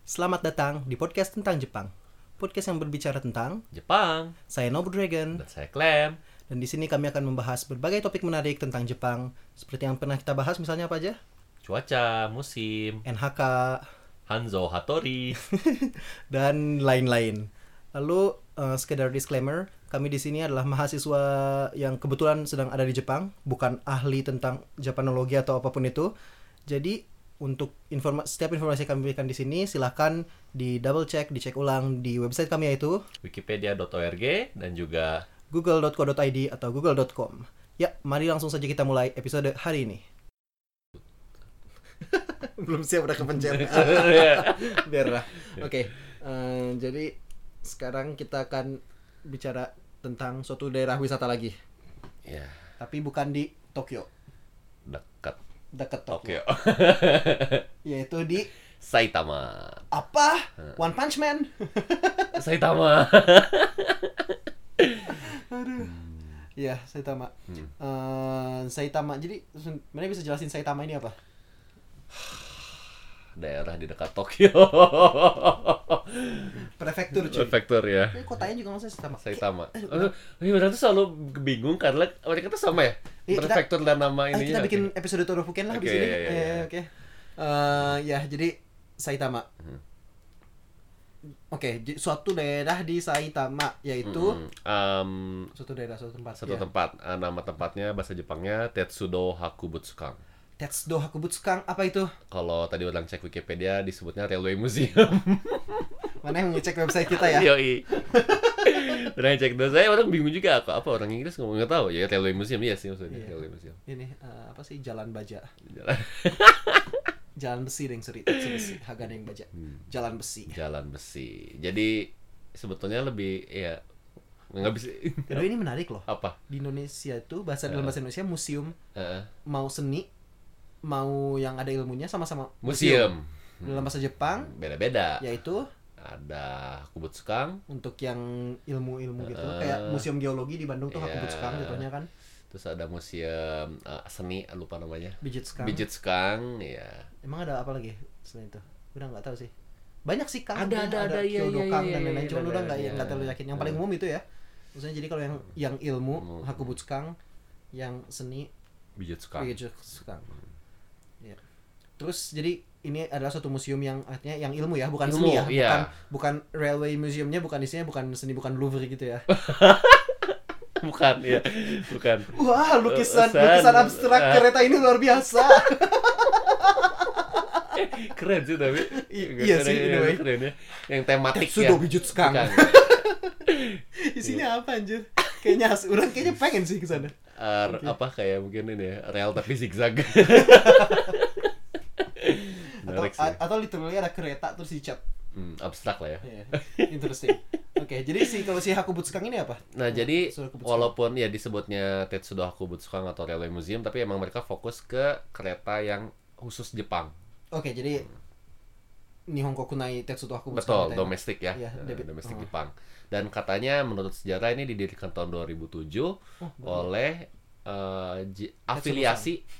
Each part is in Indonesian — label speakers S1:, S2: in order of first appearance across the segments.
S1: Selamat datang di podcast tentang Jepang. Podcast yang berbicara tentang
S2: Jepang.
S1: saya Nobu Dragon
S2: Dan saya Clem.
S1: dan di sini kami akan membahas berbagai topik menarik tentang Jepang seperti yang pernah kita bahas misalnya apa aja?
S2: Cuaca, musim,
S1: NHK
S2: Hanzo Hattori.
S1: dan lain-lain. Lalu sekedar disclaimer, kami di sini adalah mahasiswa yang kebetulan sedang ada di Jepang, bukan ahli tentang Japanologi atau apapun itu. Jadi untuk setiap informasi yang kami berikan di sini silahkan di double check, dicek ulang di website kami yaitu
S2: Wikipedia.org dan juga
S1: google.co.id atau google.com. Ya, mari langsung saja kita mulai episode hari ini. Belum siap udah kepencet. Biarlah. Oke, jadi sekarang kita akan bicara tentang suatu daerah wisata lagi.
S2: ya
S1: Tapi bukan di Tokyo,
S2: dekat
S1: Tokyo.
S2: Tokyo.
S1: Yaitu di
S2: Saitama.
S1: apa? One Punch Man.
S2: Saitama.
S1: Iya, Saitama. Saitama. Jadi sebenarnya bisa jelasin Saitama ini apa?
S2: Daerah di dekat Tokyo.
S1: Prefektur, cuy.
S2: Prefektur ya.
S1: Kotanya juga nggak Saitama.
S2: Saitama. Orang tuh selalu bingung karena mereka tuh sama ya.
S1: Iya,
S2: Prefektur dan nama ininya.
S1: Kita bikin episode Toro Fuken lah habis
S2: Oke,
S1: ini.
S2: iya.
S1: Oke. Ya, jadi Saitama. Oke, suatu daerah di Saitama yaitu suatu daerah, suatu tempat.
S2: Satu tempat. Nama tempatnya bahasa Jepangnya Tetsudo Hakubutsukan.
S1: Tetsudo Hakubutsukan, apa itu?
S2: Kalau tadi orang cek Wikipedia disebutnya Railway Museum.
S1: Mana yang ngecek website kita ya?
S2: Yoi. Orang cek dulu, saya orang bingung juga apa orang Inggris nggak tahu ya Railway Museum, iya sih maksudnya.
S1: Iya.
S2: Railway Museum.
S1: Ini apa sih, jalan baja?
S2: Jalan,
S1: Jalan besi deng, sorry. Tetsu besi, Hagane yang baja. Jalan besi.
S2: jalan besi. Jadi sebetulnya lebih ya nggak bisa.
S1: Kedua ini menarik loh.
S2: Apa?
S1: Di Indonesia itu dalam bahasa Indonesia museum
S2: Eh,
S1: mau seni mau yang ada ilmunya sama-sama
S2: museum.
S1: Dalam bahasa Jepang
S2: Beda-beda.
S1: yaitu
S2: Ada Hakubutsukan,
S1: untuk yang ilmu-ilmu gitu,
S2: Eh,
S1: kayak museum geologi di Bandung tuh
S2: iya.
S1: Hakubutsukan jatuhnya kan,
S2: terus ada museum seni, lupa namanya.
S1: Bijutsukan.
S2: Bijutsukan, ya.
S1: Emang ada apa lagi selain itu? Udah nggak tahu sih. Banyak sih Kang.
S2: Ada,
S1: sebenarnya.
S2: iya,
S1: Kyodokan
S2: iya,
S1: dan
S2: iya,
S1: lain-lain.
S2: iya,
S1: Cuma udah
S2: ada,
S1: nggak terlalu yakin. Yang paling umum itu ya. Maksudnya jadi kalau yang ilmu Hakubutsukan, yang seni
S2: Bijutsukan.
S1: Bijutsukan. Ya. Terus jadi ini adalah suatu museum yang artinya yang ilmu ya, bukan
S2: Ilmu,
S1: seni ya,
S2: iya.
S1: bukan railway museumnya, bukan isinya bukan seni, bukan Louvre gitu ya.
S2: Bukan, ya. Bukan.
S1: Wah, lukisan
S2: Lukisan,
S1: abstrak kereta ini luar biasa.
S2: Keren sih tapi.
S1: Iya sih, in a way.
S2: Keren ya. Yang tematik ya.
S1: Tetsudo Bijutsukan.
S2: Bukan.
S1: Isinya apa anjir? Kayaknya orang kayaknya pengen sih ke sana.
S2: Apa kayak mungkin ini ya, real tapi zigzag. Menarik sih.
S1: Atau literally ada kereta terus dicat.
S2: Abstrak lah ya.
S1: Iya, interesting. Oke, jadi kalau si Hakubutsukan ini apa?
S2: Nah, jadi
S1: Tetsudo Hakubutsukan.
S2: walaupun ya disebutnya Tetsudo Hakubutsukan atau Railway Museum, tapi emang mereka fokus ke kereta yang khusus Jepang.
S1: Oke, jadi Nihongo Kunai Tetsudo Hakubutsukan.
S2: Betul,
S1: gitu ya.
S2: domestik ya.
S1: Iya,
S2: Domestik Jepang. Dan katanya menurut sejarah ini didirikan tahun 2007 oleh afiliasi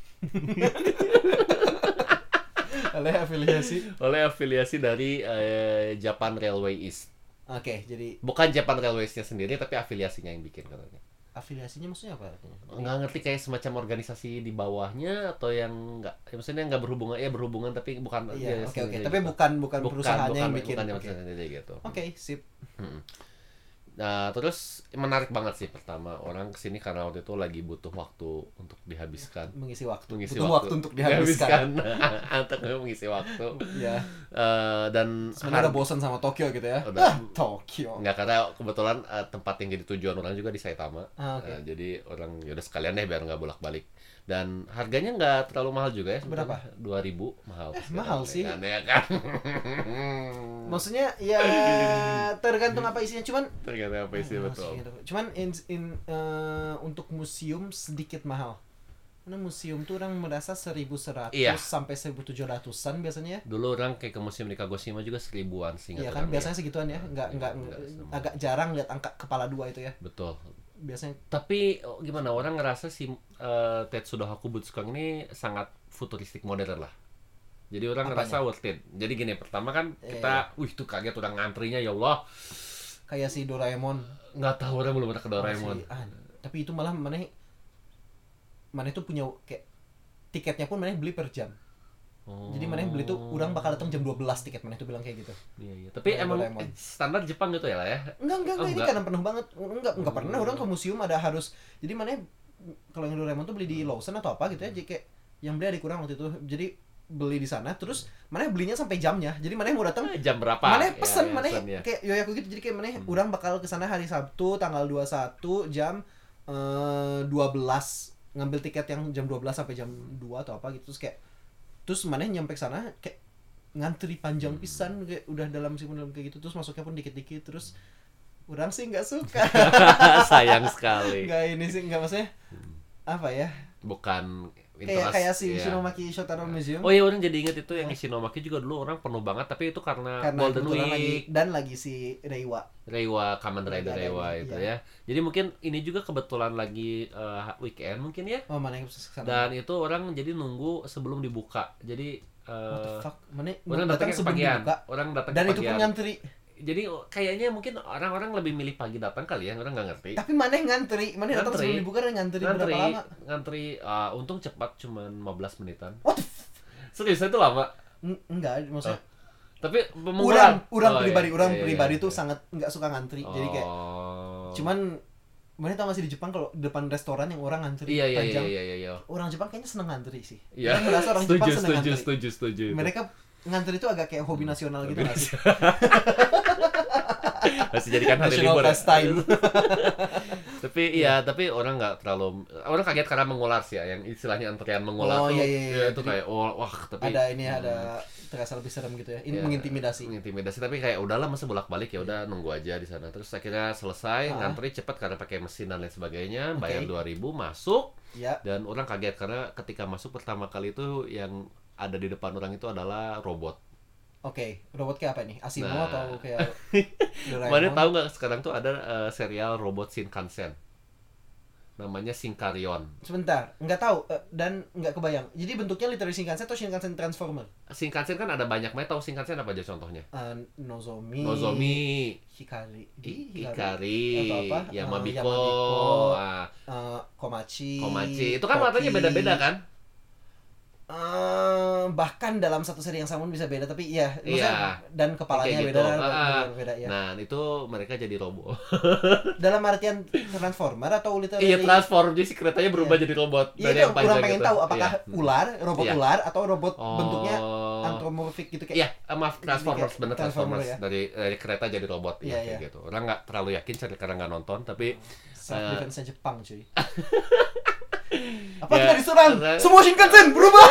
S1: oleh afiliasi.
S2: dari Japan Railway East.
S1: Oke, jadi
S2: Bukan Japan Railways-nya sendiri, tapi afiliasinya yang bikin katanya.
S1: afiliasinya maksudnya apa artinya?
S2: Nggak ngerti, kayak semacam organisasi di bawahnya atau yang nggak, ya maksudnya nggak berhubungan tapi bukan.
S1: Iya,
S2: ya,
S1: oke.
S2: sendiri
S1: Tapi
S2: gitu.
S1: bukan perusahaannya yang bikin.
S2: Bukan yang
S1: Oke.
S2: sendiri gitu.
S1: Oke, sip.
S2: Nah, terus menarik banget sih. Pertama, orang kesini karena waktu itu lagi butuh waktu untuk dihabiskan.
S1: Mengisi waktu.
S2: Mengisi
S1: Butuh waktu untuk dihabiskan.
S2: Untuk mengisi waktu.
S1: Ya.
S2: Dan
S1: Sebenarnya udah bosan sama Tokyo gitu ya.
S2: Udah.
S1: Tokyo.
S2: nggak, karena kebetulan tempat yang jadi tujuan orang juga di Saitama.
S1: Oke.
S2: Jadi orang yaudah sekalian deh biar nggak bolak-balik. Dan harganya nggak terlalu mahal juga ya.
S1: Berapa?
S2: 2.000 mahal.
S1: Mahal sih.
S2: Aneh kan?
S1: Maksudnya ya tergantung apa isinya, cuman
S2: Tergantung apa sih, betul.
S1: Cuman untuk museum sedikit mahal. Karena museum tuh orang merasa 1.100
S2: Iya.
S1: sampai 1.700-an biasanya.
S2: Dulu orang kayak ke museum di Kagoshima juga 1.000-an sih.
S1: Iya kan, biasanya segituan ya. Enggak agak jarang lihat angka kepala dua itu ya.
S2: Betul.
S1: Biasanya
S2: Tapi gimana, orang ngerasa si Tetsudo Hakubutsukan ini sangat futuristik modern lah. Jadi orang ngerasa worth it. Jadi gini, pertama kan kita, tuh kaget udah ngantrinya ya Allah.
S1: Kayak si Doraemon.
S2: Nggak tahu orang belum pernah ke Doraemon.
S1: Tapi itu malah maneh tuh punya kayak tiketnya pun maneh beli per jam. Jadi maneh beli tuh orang bakal datang jam 12 tiket, maneh tuh bilang kayak gitu.
S2: Iya. Tapi emang standar Jepang gitu ya lah ya?
S1: Enggak, ini karena penuh banget. Enggak pernah orang ke museum ada harus. Jadi maneh kalau yang Doraemon tuh beli di Lawson atau apa gitu ya, jadi kayak yang beli adik kurang waktu itu. Jadi beli di sana, terus maneh belinya sampai jamnya. Jadi maneh mau datang
S2: jam berapa?
S1: Maneh pesen, maneh kayak yoyaku gitu. Jadi kayak maneh orang bakal ke sana hari Sabtu tanggal 21 jam 12, ngambil tiket yang jam 12 sampai jam 2 atau apa gitu. Terus maneh nyampe sana kayak ngantri panjang pisan, kayak udah dalam kayak gitu. Terus masuknya pun dikit-dikit. Terus orang sih nggak suka.
S2: Sayang sekali.
S1: Nggak maksudnya apa ya?
S2: Bukan
S1: kayak si Ishinomaki Shotaro Museum.
S2: Oh iya, orang jadi inget itu yang Ishinomaki juga dulu orang penuh banget, tapi itu karena Golden Week
S1: lagi si Reiwa
S2: Kamen Rider Reiwa itu ya. Jadi mungkin ini juga kebetulan lagi weekend mungkin ya.
S1: Oh, mana yang kesana.
S2: Dan itu orang jadi nunggu sebelum dibuka. Jadi
S1: what the fuck?
S2: Orang datang sebelum dibuka. Orang datang
S1: dan itu pun ngantri.
S2: Jadi kayaknya mungkin orang-orang lebih milih pagi datang kali ya, orang nggak ngerti.
S1: Tapi maneh ngantri, maneh datang sebelum dibuka dan ngantri berapa lama?
S2: Ngantri, untung cepat, cuma 15 menitan.
S1: What?
S2: Serius itu lama?
S1: Enggak, maksudnya.
S2: Tapi
S1: orang pribadi tuh sangat nggak suka ngantri, jadi kayak. Cuman maneh tau masih di Jepang kalau depan restoran yang orang ngantri panjang.
S2: Iya.
S1: Orang Jepang kayaknya seneng ngantri sih.
S2: Iya.
S1: Orang Jepang seneng ngantri.
S2: Setuju.
S1: Mereka ngantri itu agak kayak hobi nasional gitu nggak sih?
S2: Masih jadikan hari
S1: libur pastime.
S2: Tapi orang nggak terlalu, orang kaget karena mengular sih ya, yang istilahnya antrian mengular tuh.
S1: Iya.
S2: Itu kayak tapi
S1: ada terasa lebih serem gitu ya. Ini mengintimidasi,
S2: tapi kayak udahlah, masa bolak-balik ya udah nunggu aja di sana. Terus akhirnya selesai ngantri cepat karena pakai mesin dan lain sebagainya, bayar 2.000 masuk. Dan orang kaget karena ketika masuk pertama kali itu yang ada di depan orang itu adalah robot.
S1: Robot kayak apa nih? Asimo atau kayak Doraemon?
S2: Mana tahu nggak sekarang tuh ada serial robot Shinkansen, namanya Shinkarion.
S1: Sebentar, nggak tahu dan nggak kebayang. Jadi bentuknya literally Shinkansen atau Shinkansen Transformer?
S2: Shinkansen kan ada banyak. Mana tahu Shinkansen apa aja contohnya?
S1: Nozomi, Hikari,
S2: atau apa? Yamabiko,
S1: Komachi.
S2: Itu kan warnanya beda-beda kan?
S1: Bahkan dalam satu seri yang sama bisa beda, tapi dan kepalanya beda, beda ya.
S2: Nah, itu mereka jadi robot.
S1: Dalam artian transformer atau literally?
S2: Iya, transform, jadi si keretanya berubah jadi robot.
S1: Iya, itu kurang pengen tahu apakah robot ular atau robot bentuknya anthropomorphic gitu kayak.
S2: Iya, maaf, Transformers, bener Transformers ya? dari kereta jadi robot kayak gitu. Orang nggak terlalu yakin karena nggak nonton, tapi
S1: self defense Jepang cuy. Apa kita diserang? Semua Shinkansen berubah.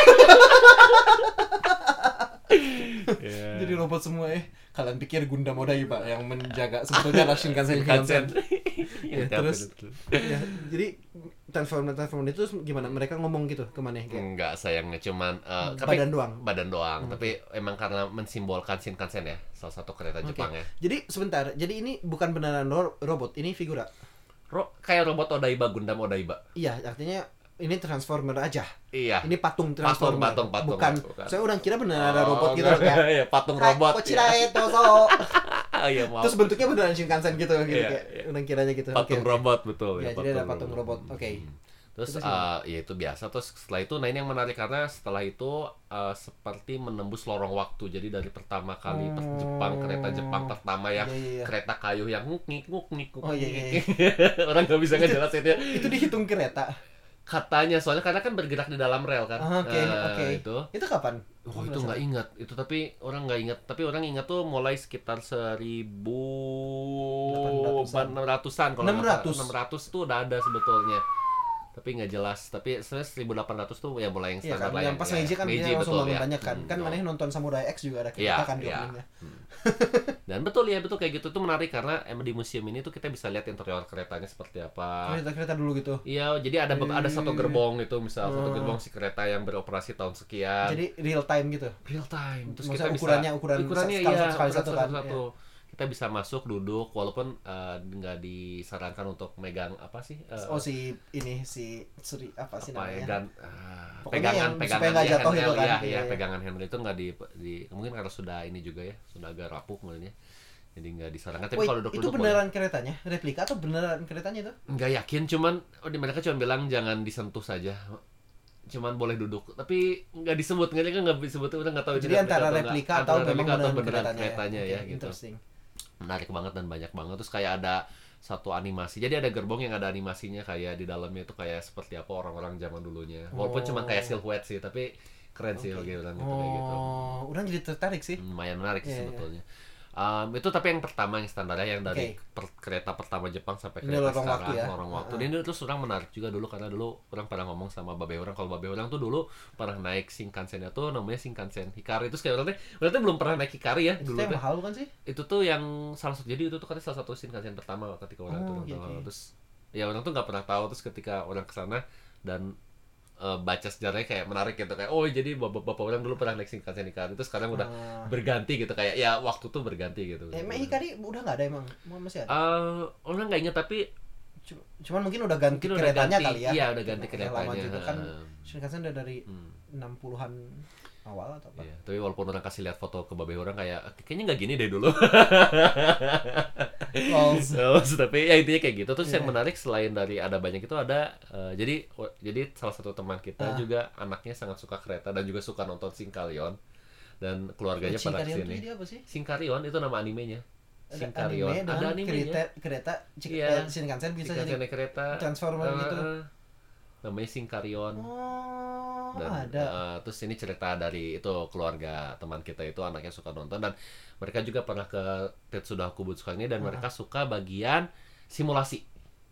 S1: Jadi robot semua Kalian pikir Gundam Odaiba yang menjaga sebetulnya adalah Shinkansen. Terus jadi Transformer itu gimana? Mereka ngomong gitu kemana?
S2: Enggak, sayangnya cuman badan doang. Tapi emang karena mensimbolkan Shinkansen ya, salah satu kereta Jepang ya.
S1: Jadi sebentar, jadi ini bukan beneran robot, ini figura.
S2: Kayak robot Odaiba, Gundam Odaiba.
S1: Iya, artinya ini Transformer aja.
S2: Iya.
S1: Ini patung Transformer.
S2: Patung.
S1: Bukan. Saya udah kira beneran ada robot gitu kayak.
S2: Iya, patung robot.
S1: Kochirae tozo.
S2: Iya, maaf.
S1: Terus bentuknya beneran Shinkansen gitu kayak. Udah kiranya gitu.
S2: Patung robot, betul
S1: ya. Jadi ada patung robot.
S2: Terus ya itu biasa. Terus setelah itu, ini yang menarik karena setelah itu seperti menembus lorong waktu. Jadi dari pertama kali kereta Jepang pertama yang kereta kayu yang nguk-ngik. Orang nggak bisa ngejelasinnya.
S1: Itu dihitung kereta
S2: katanya, soalnya karena kan bergerak di dalam rel kan. Itu
S1: kapan?
S2: Itu nggak ingat itu, tapi orang nggak ingat. Tapi orang ingat tuh mulai sekitar 1600-an. Kalau 600 tuh udah ada sebetulnya, tapi nggak jelas. Tapi sebenarnya 1800 tuh ya mulai yang standar lah.
S1: Yang pas Meiji kan dia langsung bangun banyak kan. Kan maneh nonton Samurai X juga ada kereta kan di openingnya.
S2: Dan betul kayak gitu tuh menarik karena emang di museum ini tuh kita bisa lihat interior keretanya seperti apa.
S1: Kereta dulu gitu.
S2: Iya, jadi ada satu gerbong itu, misal satu gerbong si kereta yang beroperasi tahun sekian.
S1: Jadi real time gitu.
S2: Real time. Terus
S1: maksudnya
S2: kita
S1: ukurannya
S2: iya,
S1: sekali satu kan.
S2: kita bisa masuk duduk walaupun nggak disarankan untuk megang apa sih
S1: apa sih
S2: apa
S1: namanya
S2: pegangan
S1: supaya nggak jatuh
S2: handle
S1: itu kan
S2: ya pegangan handle itu nggak di mungkin karena sudah ini juga ya sudah agak rapuh mulanya jadi nggak disarankan. Tapi kalau duduk
S1: itu beneran boleh. Keretanya replika atau beneran keretanya itu
S2: nggak yakin, cuman mereka cuma bilang jangan disentuh saja, cuman boleh duduk tapi nggak disebut, nggak disebut, udah nggak tahu
S1: jadi antara replika atau
S2: beneran
S1: keretanya
S2: ya gitu. Menarik banget dan banyak banget. Terus kayak ada satu animasi, jadi ada gerbong yang ada animasinya kayak di dalamnya itu kayak seperti apa orang-orang zaman dulunya, walaupun cuma kayak silhouette sih, tapi keren sih kayak gitu kayak gitu.
S1: Udah jadi tertarik sih,
S2: lumayan menarik sih sebetulnya. Itu tapi yang pertama yang standarnya yang dari kereta pertama Jepang sampai kereta sekarang lorong waktu. Ini terus orang menarik juga dulu karena dulu orang pernah ngomong sama babe orang kalau babe orang tuh dulu pernah naik Shinkansen-nya tuh namanya Shinkansen Hikari. Terus kayak berarti belum pernah naik Hikari ya dulu.
S1: Itu yang mahal bukan sih?
S2: Itu tuh yang salah satu, jadi itu tuh katanya salah satu Shinkansen pertama ketika orang terus ya orang tuh nggak pernah tahu, terus ketika orang kesana dan baca sejarahnya kayak menarik gitu, kayak jadi bapak orang dulu pernah naik Shinkansen Hikari itu sekarang udah berganti gitu, kayak ya waktu tuh berganti gitu.
S1: Emang Hikari udah nggak ada, emang masih ada?
S2: Orang nggak ingat, tapi
S1: cuman mungkin udah ganti keretanya kali ya.
S2: Iya udah ganti keretanya.
S1: Lama juga kan Shinkansen udah dari 60-an awal atau apa?
S2: Iya, tapi walaupun orang kasih lihat foto ke babe orang kayaknya nggak gini deh dulu. Tapi ya intinya kayak gitu. Terus yang menarik selain dari ada banyak itu ada jadi salah satu teman kita juga anaknya sangat suka kereta dan juga suka nonton Shinkaryon dan keluarganya pada kesini. Shinkaryon itu nama animenya. Shinkaryon ada animenya.
S1: Kereta Shinkansen bisa jadi
S2: kereta
S1: transformer gitu.
S2: Namanya Shinkaryon. Dan
S1: ada.
S2: Terus ini cerita dari itu keluarga teman kita itu anaknya suka nonton, dan mereka juga pernah ke Tetsuda Kubutsukan ini dan mereka suka bagian simulasi.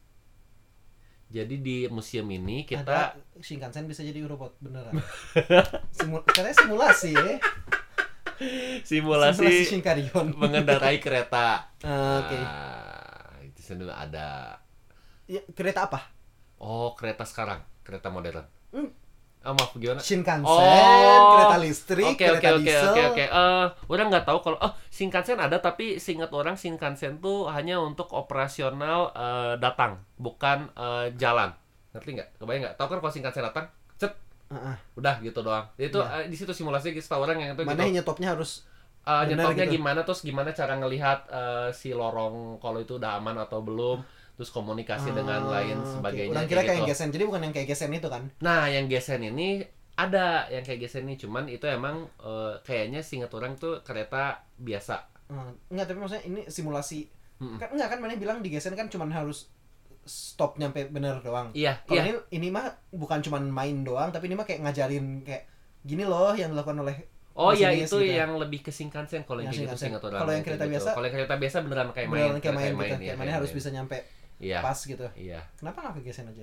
S2: Jadi di museum ini kita
S1: Shinkansen bisa jadi robot beneran. Katanya simulasi ya.
S2: Simulasi
S1: Shinkaryon
S2: mengendarai kereta.
S1: Oke.
S2: Itu sendiri ada.
S1: Ya, kereta apa?
S2: Kereta sekarang, kereta modern. Maaf gimana?
S1: Shinkansen, kereta listrik, kereta diesel.
S2: Oke. Orang nggak tahu kalau Shinkansen ada, tapi seingat orang Shinkansen tuh hanya untuk operasional datang, bukan jalan. Ngerti nggak? Kebayang nggak? Tahu kan kalau Shinkansen datang, udah gitu doang. Itu di situ simulasi setahu orang yang itu.
S1: Mana gitu. Nyetopnya harus
S2: nyetopnya gitu. Gimana, terus gimana cara ngelihat si lorong kalau itu udah aman atau belum. Terus komunikasi dengan lain sebagainya.
S1: Udah kira kayak gesen, jadi bukan yang kayak gesen itu kan?
S2: Nah, yang gesen ini ada yang kayak gesen ini, cuman itu emang kayaknya seingat orang tuh kereta biasa.
S1: Enggak, tapi maksudnya ini simulasi. Kan enggak kan, mana bilang di gesen kan cuman harus stop nyampe bener doang.
S2: Iya.
S1: Kalau ini mah bukan cuman main doang, tapi ini mah kayak ngajarin kayak gini loh yang dilakukan oleh
S2: ya itu gitu. Yang lebih ke Shinkansen kalau yang kayak gitu seingat orang.
S1: Kalau yang kereta biasa,
S2: kalau yang kereta biasa beneran kayak main
S1: gitu. Kayak mana harus bisa nyampe pas gitu.
S2: Iya.
S1: Kenapa nggak ke gesen aja?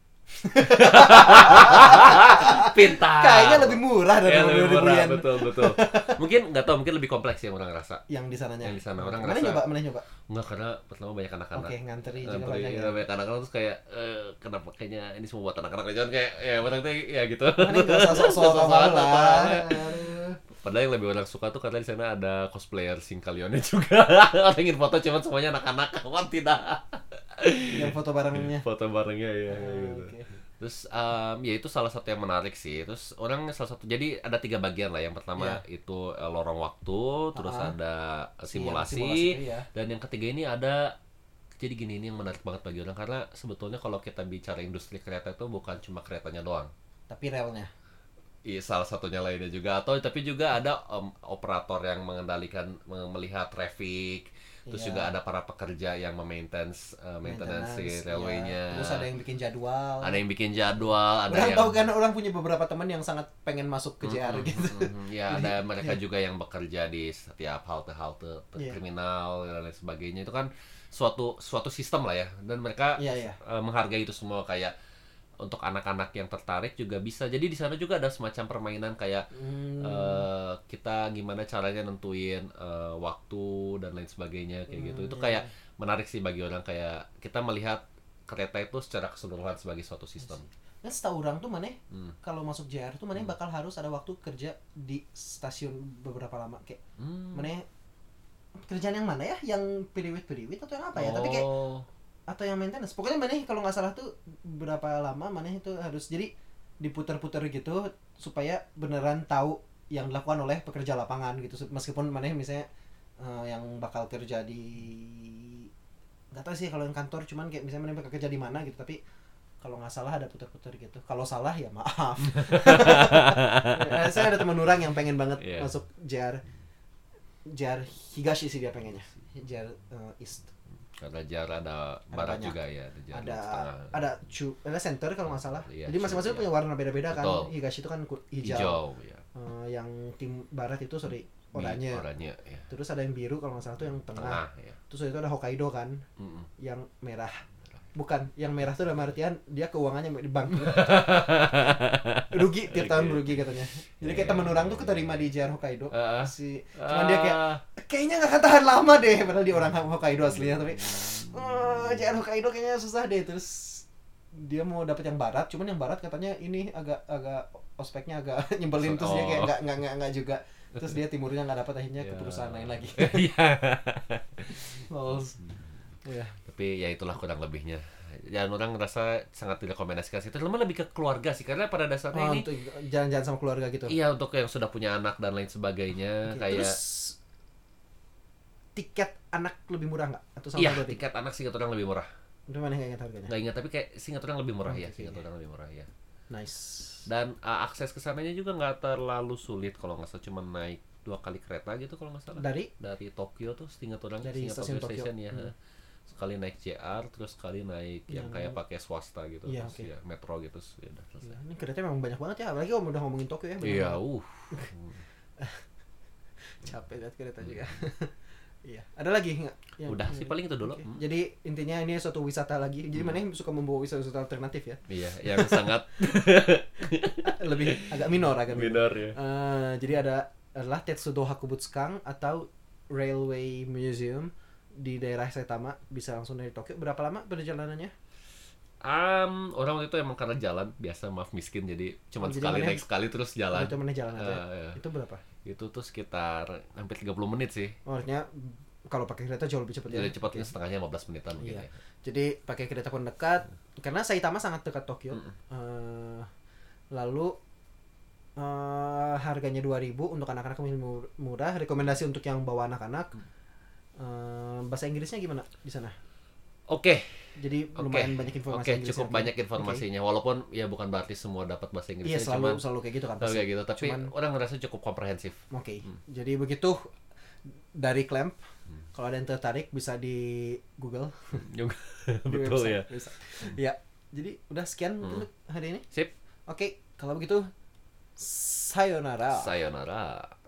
S2: Pintar.
S1: Kayaknya lebih murah dari
S2: murah, betul. Mungkin nggak tahu, mungkin lebih kompleks yang orang rasa.
S1: Yang di sananya.
S2: Yang di sana orang
S1: ngerasa. Mana nyoba?
S2: Enggak, karena pertama banyak anak-anak.
S1: Oke, ngantri juga banyak.
S2: Banyak anak-anak terus kayak kenapa kayaknya ini semua buat anak-anak, jangan kayak ya orang tuh ya gitu.
S1: Mana enggak sok-sok lah.
S2: Padahal yang lebih orang suka tuh karena di sana ada cosplayer Shinkaryonnya juga. Orang ingin foto cuma semuanya anak-anak, kawan tidak.
S1: Yang foto barengnya
S2: ya gitu. Okay. Terus ya itu salah satu yang menarik sih. Terus orang salah satu, jadi ada 3 bagian lah. Yang pertama itu lorong waktu, terus ada simulasi dan yang ketiga ini ada, jadi gini, ini yang menarik banget bagi orang karena sebetulnya kalau kita bicara industri kereta itu bukan cuma keretanya doang,
S1: tapi relnya.
S2: Iya, salah satunya lainnya juga, tapi juga ada operator yang mengendalikan, melihat traffic. Terus juga ada para pekerja yang maintenance si railway-nya.
S1: Terus ada yang bikin jadwal.
S2: Ada
S1: orang
S2: yang
S1: tahu kan, orang punya beberapa teman yang sangat pengen masuk ke JR gitu.
S2: Ya, ada mereka juga yang bekerja di setiap halte-halte terminal dan lain sebagainya. Itu kan suatu sistem lah ya. Dan mereka menghargai itu semua. Kayak untuk anak-anak yang tertarik juga bisa. Jadi di sana juga ada semacam permainan kayak kita gimana caranya nentuin waktu dan lain sebagainya kayak gitu. Itu kayak menarik sih bagi orang, kayak kita melihat kereta itu secara keseluruhan sebagai suatu sistem.
S1: Kan setahu orang tuh mana kalau masuk JR tuh mana bakal harus ada waktu kerja di stasiun beberapa lama kayak mana kerjaan yang mana ya? Yang periwit atau yang apa ya? Tapi kayak atau yang maintenance. Pokoknya maneh kalau nggak salah tuh berapa lama maneh itu harus jadi diputar-putar gitu supaya beneran tahu yang dilakukan oleh pekerja lapangan gitu. Meskipun maneh misalnya yang bakal kerja di nggak tahu sih kalau yang kantor, cuman kayak misalnya maneh bakal kerja di mana gitu, tapi kalau nggak salah ada putar-putar gitu. Kalau salah ya maaf. Saya ada teman orang yang pengen banget masuk JR Higashi sih, dia pengennya JR East.
S2: Ada JR ada barat juga ya,
S1: ada center kalau nggak salah. Jadi masing-masing punya warna beda-beda kan. Higashi itu kan hijau ya. Yang tim barat itu oranye ya. Terus ada yang biru kalau nggak salah tuh yang tengah ya. Terus itu ada Hokkaido kan, yang merah. Bukan, yang merah tuh dalam artian dia keuangannya di bank. Rugi tiap tahun rugi katanya. Jadi kayak temen orang tuh keterima di JR Hokkaido. Cuman dia kayaknya nggak akan tahan lama deh, padahal dia orang Hokkaido aslinya, tapi JR Hokkaido kayaknya susah deh. Terus dia mau dapet yang barat, cuman yang barat katanya ini agak ospeknya agak nyebelin, terus dia kayak nggak juga. Terus dia timurnya nggak dapat, akhirnya ke perusahaan lain lagi.
S2: Tapi ya itulah kurang lebihnya. Dan orang ngerasa sangat direkomendasikan sih. Terutama lebih ke keluarga sih, karena pada dasarnya ini
S1: untuk jalan-jalan sama keluarga gitu.
S2: Iya, untuk yang sudah punya anak dan lain sebagainya. Kayak
S1: terus tiket anak lebih murah nggak? Atau sama?
S2: Iya, tiket anak sih orang lebih murah.
S1: Itu mana nggak ingat harganya?
S2: Nggak ingat, tapi kayak singkat orang lebih murah ya. Singkat orang lebih murah ya.
S1: Nice.
S2: Dan akses ke sananya juga nggak terlalu sulit kalau nggak salah, cuma naik 2 kali kereta gitu kalau nggak salah. Dari Tokyo tuh, seingat orang,
S1: dari stasiun Tokyo
S2: Station ya. Sekali naik JR, terus sekali naik yang kayak pakai swasta gitu,
S1: iya,
S2: terus ya metro gitu, sudah selesai.
S1: Ini kereta memang banyak banget ya, apalagi kalau udah ngomongin Tokyo ya.
S2: Iya,
S1: capek lihat kereta juga. Iya, ada lagi nggak?
S2: Udah sih paling itu dulu.
S1: Jadi intinya ini suatu wisata lagi. Jadi mana yang suka membawa wisata alternatif ya?
S2: Iya, yang sangat
S1: lebih agak minor
S2: ya.
S1: Jadi adalah Tetsudo Hakubutsukan atau Railway Museum di daerah Saitama, bisa langsung dari Tokyo. Berapa lama perjalanannya?
S2: Orang waktu itu emang karena jalan biasa, maaf miskin, jadi cuma sekali naik sekali terus jalan.
S1: Itu mana jalan aja? Itu berapa?
S2: Itu tuh sekitar hampir 30 menit sih.
S1: Artinya kalau pakai kereta jauh lebih cepat ya?
S2: Jadi cepat, setengahnya 15 menitan mungkin ya.
S1: Jadi pakai kereta pun dekat, karena Saitama sangat dekat Tokyo. Lalu harganya 2.000 untuk anak-anak murah. Rekomendasi untuk yang bawa anak-anak. Bahasa Inggrisnya gimana di sana?
S2: Oke.
S1: Jadi lumayan banyak informasi.
S2: Cukup banyak informasinya. Walaupun ya bukan berarti semua dapat bahasa Inggrisnya.
S1: Iya, selalu kayak gitu kan.
S2: Selalu kayak gitu, tapi orang ngerasa cukup komprehensif.
S1: Jadi begitu dari Clamp. Kalau ada yang tertarik bisa di Google.
S2: Betul ya.
S1: Bisa. Ya. Jadi udah sekian untuk hari ini.
S2: Sip.
S1: Oke, kalau begitu sayonara.
S2: Sayonara.